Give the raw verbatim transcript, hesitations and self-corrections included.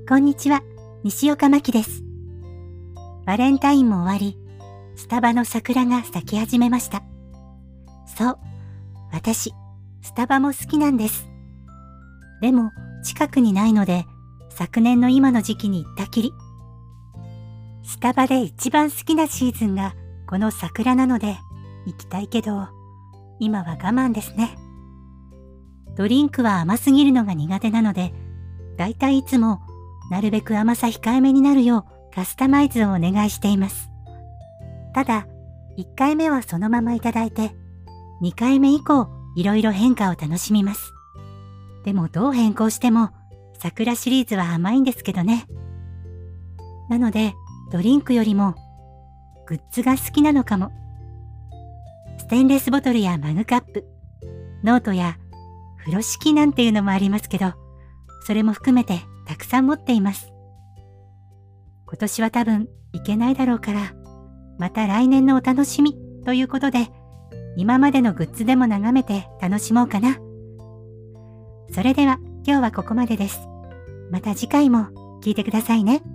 こんにちは、西岡真希です。バレンタインも終わり、スタバの桜が咲き始めました。そう、私、スタバも好きなんです。でも、近くにないので、昨年の今の時期に行ったきり。スタバで一番好きなシーズンがこの桜なので、行きたいけど、今は我慢ですね。ドリンクは甘すぎるのが苦手なので、だいたいいつもなるべく甘さ控えめになるようカスタマイズをお願いしています。ただ、いっかいめはそのままいただいて、にかいめ以降いろいろ変化を楽しみます。でもどう変更しても桜シリーズは甘いんですけどね。なのでドリンクよりもグッズが好きなのかも。ステンレスボトルやマグカップ、ノートや風呂敷なんていうのもありますけど、それも含めてたくさん持っています。今年は多分行けないだろうから、また来年のお楽しみということで、今までのグッズでも眺めて楽しもうかな。それでは今日はここまでです。また次回も聞いてくださいね。